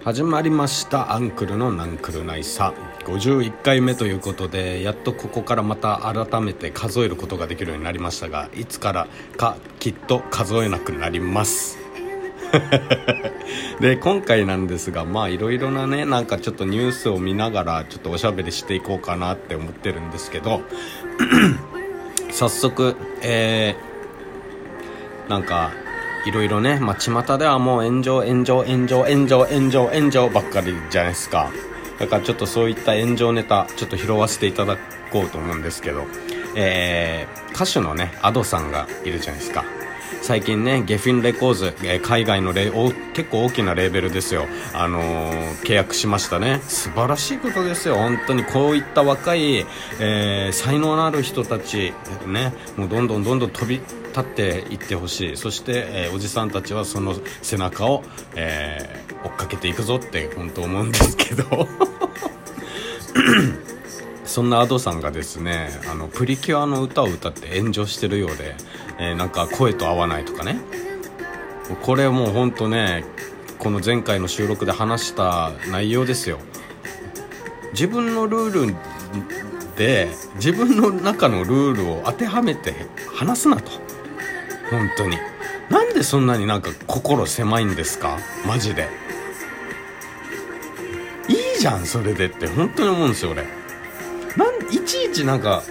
始まりましたアンクルのナンクルナイサ51回目ということで、やっとここからまた改めて数えることができるようになりましたが、いつからかきっと数えなくなりますで今回なんですが、いろいろなね、なんかちょっとニュースを見ながらちょっとおしゃべりしていこうかなって思ってるんですけど早速なんかいろいろね、巷ではもう炎上ばっかりじゃないですか。だからちょっとそういった炎上ネタちょっと拾わせていただこうと思うんですけど、歌手のね Ado さんがいるじゃないですか。最近ねゲフィンレコーズ、海外の結構大きなレーベルですよ、契約しましたね。素晴らしいことですよ本当に。こういった若い、才能のある人たちね、もうどんどん飛び立っていってほしい。そして、おじさんたちはその背中を、追っかけていくぞって本当思うんですけどそんな Ado さんがですね、プリキュアの歌を歌って炎上してるようで、なんか声と合わないとかね。これもうほんとね、この前回の収録で話した内容ですよ。自分のルールで自分の中のルールを当てはめて話すなと。本当になんでそんなになんか心狭いんですかマジで。いいじゃんそれでって本当に思うんですよ俺。いちいちなんか、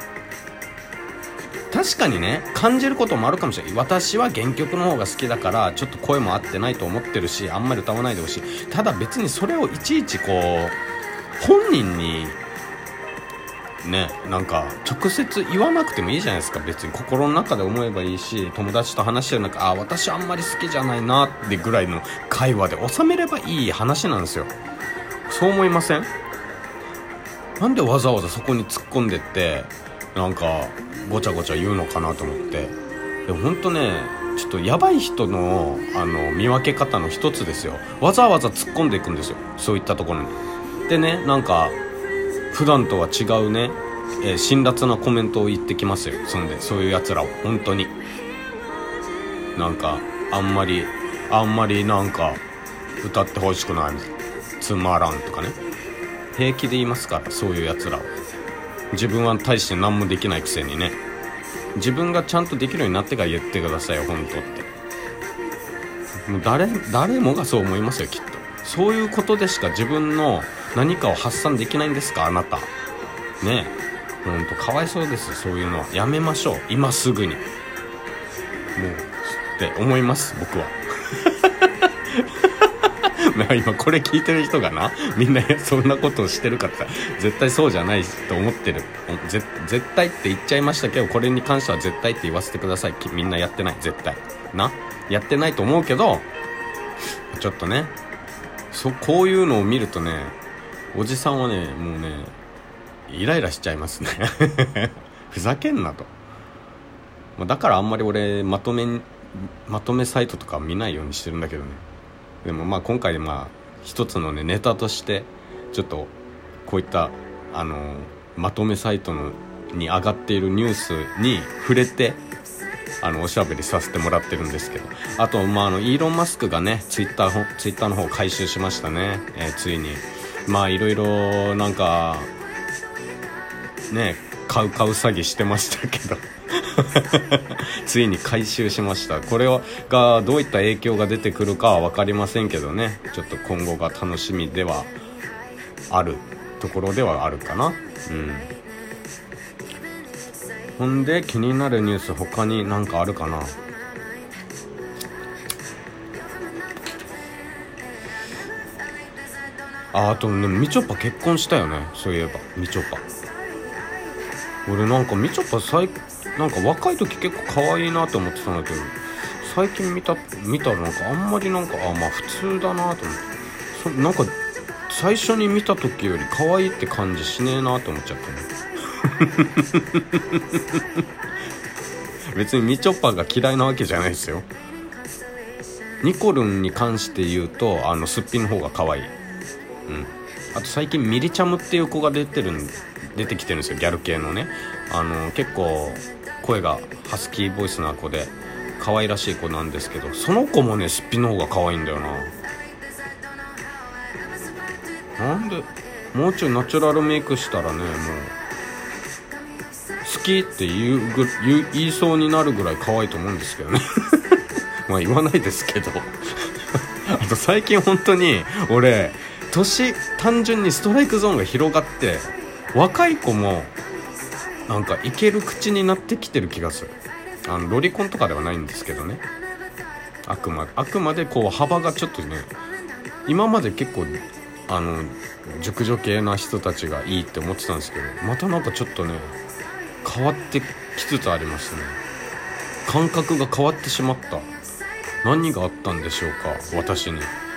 確かにね感じることもあるかもしれない。私は原曲の方が好きだからちょっと声も合ってないと思ってるし、あんまり歌わないでほしい。ただ別にそれをいちいちこう本人にね、なんか直接言わなくてもいいじゃないですか。別に心の中で思えばいいし、友達と話してる中、私あんまり好きじゃないなってぐらいの会話で収めればいい話なんですよ。そう思いません？なんでわざわざそこに突っ込んでってなんかごちゃごちゃ言うのかなと思って。でもほんとね、ちょっとやばい人の見分け方の一つですよ。わざわざ突っ込んでいくんですよ、そういったところに。でね、なんか普段とは違うね、辛辣なコメントを言ってきますよ。そういうやつらを本当になんかあんまりなんか歌ってほしくない、つまらんとかね、平気で言いますから。そういうやつらを、自分は大して何もできないくせにね、自分がちゃんとできるようになってから言ってくださいよ本当って。もう誰もがそう思いますよきっと。そういうことでしか自分の何かを発散できないんですかあなたね。ほんとかわいそうです。そういうのはやめましょう今すぐに、もうって思います僕は今これ聞いてる人がな、みんなそんなことをしてるかって言ったら絶対そうじゃないと思ってる。絶対って言っちゃいましたけど、これに関しては絶対って言わせてください。みんなやってない、絶対な、やってないと思うけど、ちょっとね、こういうのを見るとね、おじさんはねもうねイライラしちゃいますねふざけんなと。だからあんまり俺まとめサイトとか見ないようにしてるんだけどね。でも今回一つのねネタとしてちょっとこういったまとめサイトに上がっているニュースに触れておしゃべりさせてもらってるんですけど、あとイーロン・マスクがねツイッターの方を買収しましたね、ついに。いろいろなんかね買う詐欺してましたけどついに回収しました。これがどういった影響が出てくるかは分かりませんけどね、ちょっと今後が楽しみではあるところではあるかな。ほんで気になるニュース他に何かあるかな。あとね、みちょぱ結婚したよね。そういえばみちょぱ、俺なんかみちょぱなんか若い時結構可愛いなと思ってたんだけど、最近見たらなんかあんまりなんか普通だなと思って、なんか最初に見た時より可愛いって感じしねえなと思っちゃったね別にみちょぱが嫌いなわけじゃないですよ。ニコルンに関して言うとすっぴんの方が可愛い。あと最近ミリチャムっていう子が出てきてるんですよ、ギャル系のね。結構声がハスキーボイスな子で可愛らしい子なんですけど、その子もねすっぴんの方が可愛いんだよな。 でもうちょいナチュラルメイクしたらね、もう好きって言いそうになるぐらい可愛いと思うんですけどねまあ言わないですけどあと最近本当に俺単純にストライクゾーンが広がって、若い子もなんかいける口になってきてる気がする。ロリコンとかではないんですけどね、あくまでこう幅がちょっとね、今まで結構熟女系な人たちがいいって思ってたんですけど、またなんかちょっとね変わってきつつありますね。感覚が変わってしまった。何があったんでしょうか、私に。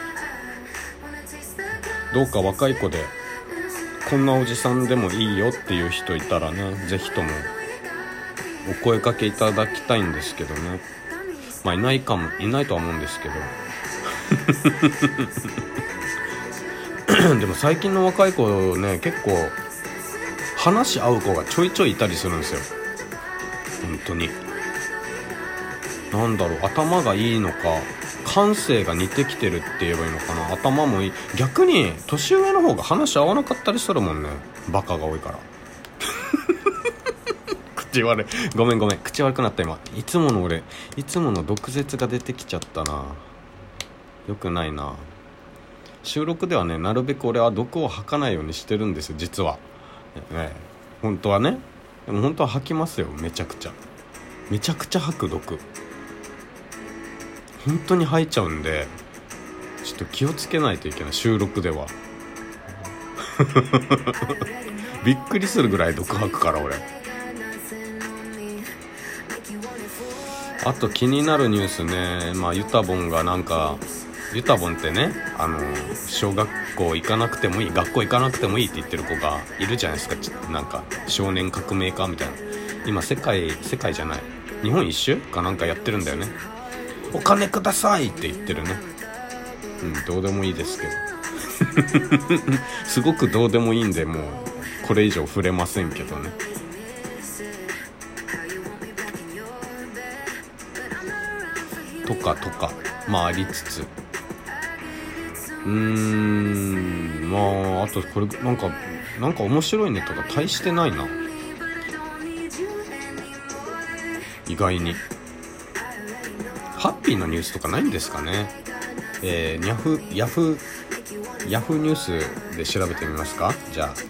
どうか若い子でこんなおじさんでもいいよっていう人いたらね、ぜひともお声かけいただきたいんですけどね。まあいないとは思うんですけどでも最近の若い子ね、結構話合う子がちょいちょいいたりするんですよ。本当になんだろう、頭がいいのか感性が似てきてるって言えばいいのかな。頭もいい。逆に年上の方が話合わなかったりするもんね、バカが多いから口悪い、ごめん口悪くなった今。いつもの毒舌が出てきちゃったな。よくないな。収録ではね、なるべく俺は毒を吐かないようにしてるんですよ、実は、本当はね。でも本当は吐きますよ、めちゃくちゃ吐く毒、本当に吐いちゃうんで、ちょっと気をつけないといけない、収録ではびっくりするぐらい毒吐くから俺。あと気になるニュースね、ユタボンがなんか、ユタボンってね、小学校行かなくてもいい、学校行かなくてもいいって言ってる子がいるじゃないですか。なんか少年革命家みたいな。今世界じゃない、日本一周かなんかやってるんだよね。お金くださいって言ってるね。どうでもいいですけどすごくどうでもいいんで、もうこれ以上触れませんけどね。とかありつつ、あとこれなんか面白いネタが大してないな、意外に。ハッピーのニュースとかないんですかね。ヤフーニュースで調べてみますか。じゃあ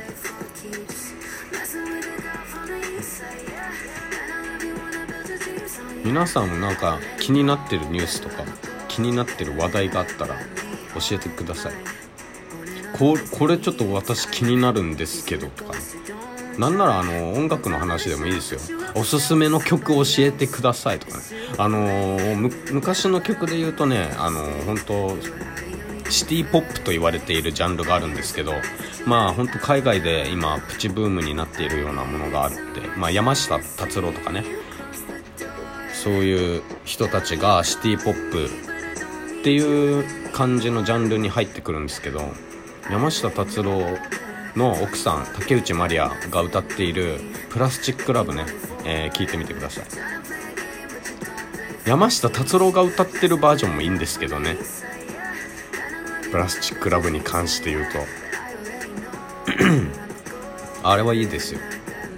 皆さんもなんか気になってるニュースとか気になってる話題があったら教えてください。これちょっと私気になるんですけどとか、ね、なんなら音楽の話でもいいですよ。おすすめの曲教えてくださいとかね。昔の曲で言うとね、本当シティポップと言われているジャンルがあるんですけど、本当海外で今プチブームになっているようなものがあって、山下達郎とかね、そういう人たちがシティポップっていう感じのジャンルに入ってくるんですけど、山下達郎の奥さん竹内まりやが歌っているプラスチックラブね、聞いてみてください。山下達郎が歌ってるバージョンもいいんですけどね、プラスチックラブに関して言うとあれはいいですよ。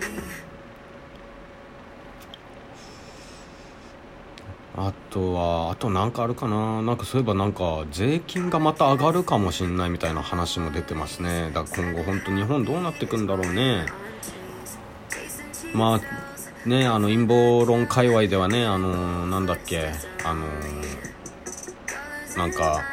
あとなんかあるかな。なんかそういえばなんか税金がまた上がるかもしんないみたいな話も出てますね。だから今後本当日本どうなってくんだろうね。陰謀論界隈ではね、なんだっけ、なんか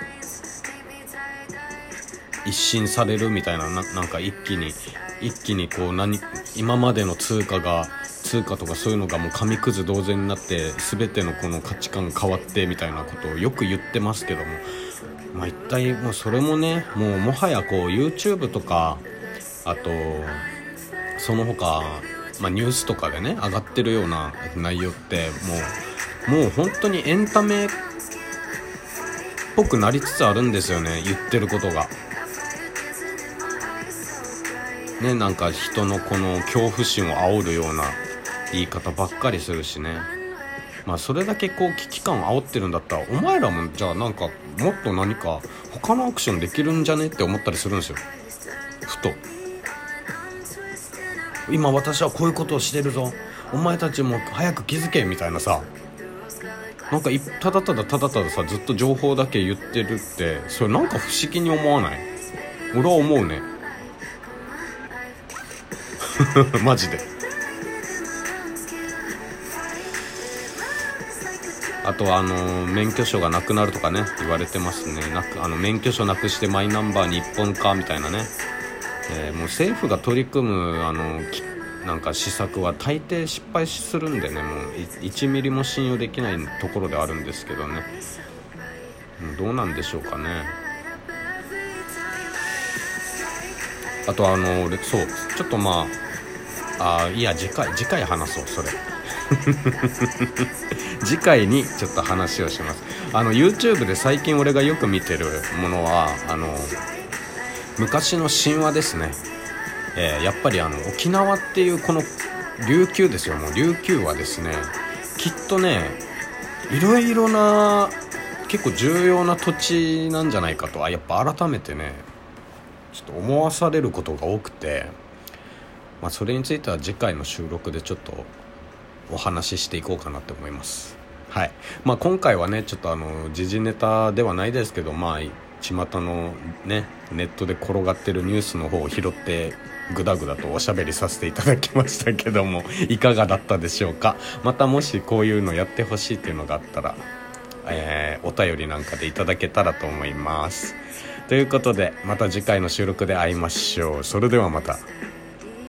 一新されるみたいな、なんか一気にこう今までの通貨とかそういうのがもう紙くず同然になって全てのこの価値観が変わってみたいなことをよく言ってますけども、一体もうそれもね、もはやこう YouTube とか、あとその他、ニュースとかでね上がってるような内容ってもう本当にエンタメっぽくなりつつあるんですよね、言ってることがね。なんか人のこの恐怖心を煽るような言い方ばっかりするしね。それだけこう危機感煽ってるんだったら、お前らもじゃあなんかもっと何か他のアクションできるんじゃねって思ったりするんですよ。 ふと今私はこういうことをしてるぞ、お前たちも早く気づけみたいなさ、なんかただたださずっと情報だけ言ってるって、それなんか不思議に思わない？俺は思うねマジで。あとは免許証がなくなるとかね言われてますね。免許証なくしてマイナンバー日本化みたいなね、もう政府が取り組むなんか施策は大抵失敗するんでね、もう1ミリも信用できないところであるんですけどね、どうなんでしょうかね。あとそうちょっといや次回話そうそれ次回にちょっと話をします。YouTube で最近俺がよく見てるものは昔の神話ですね。やっぱり沖縄っていうこの琉球ですよ。もう琉球はですね、きっとねいろいろな結構重要な土地なんじゃないかとやっぱ改めてねちょっと思わされることが多くて、それについては次回の収録でちょっとお話ししていこうかなと思います。はい。今回はねちょっと時事ネタではないですけど、巷のねネットで転がってるニュースの方を拾ってぐだぐだとおしゃべりさせていただきましたけども、いかがだったでしょうか。またもしこういうのやってほしいっていうのがあったら、お便りなんかでいただけたらと思います。ということでまた次回の収録で会いましょう。それではまた。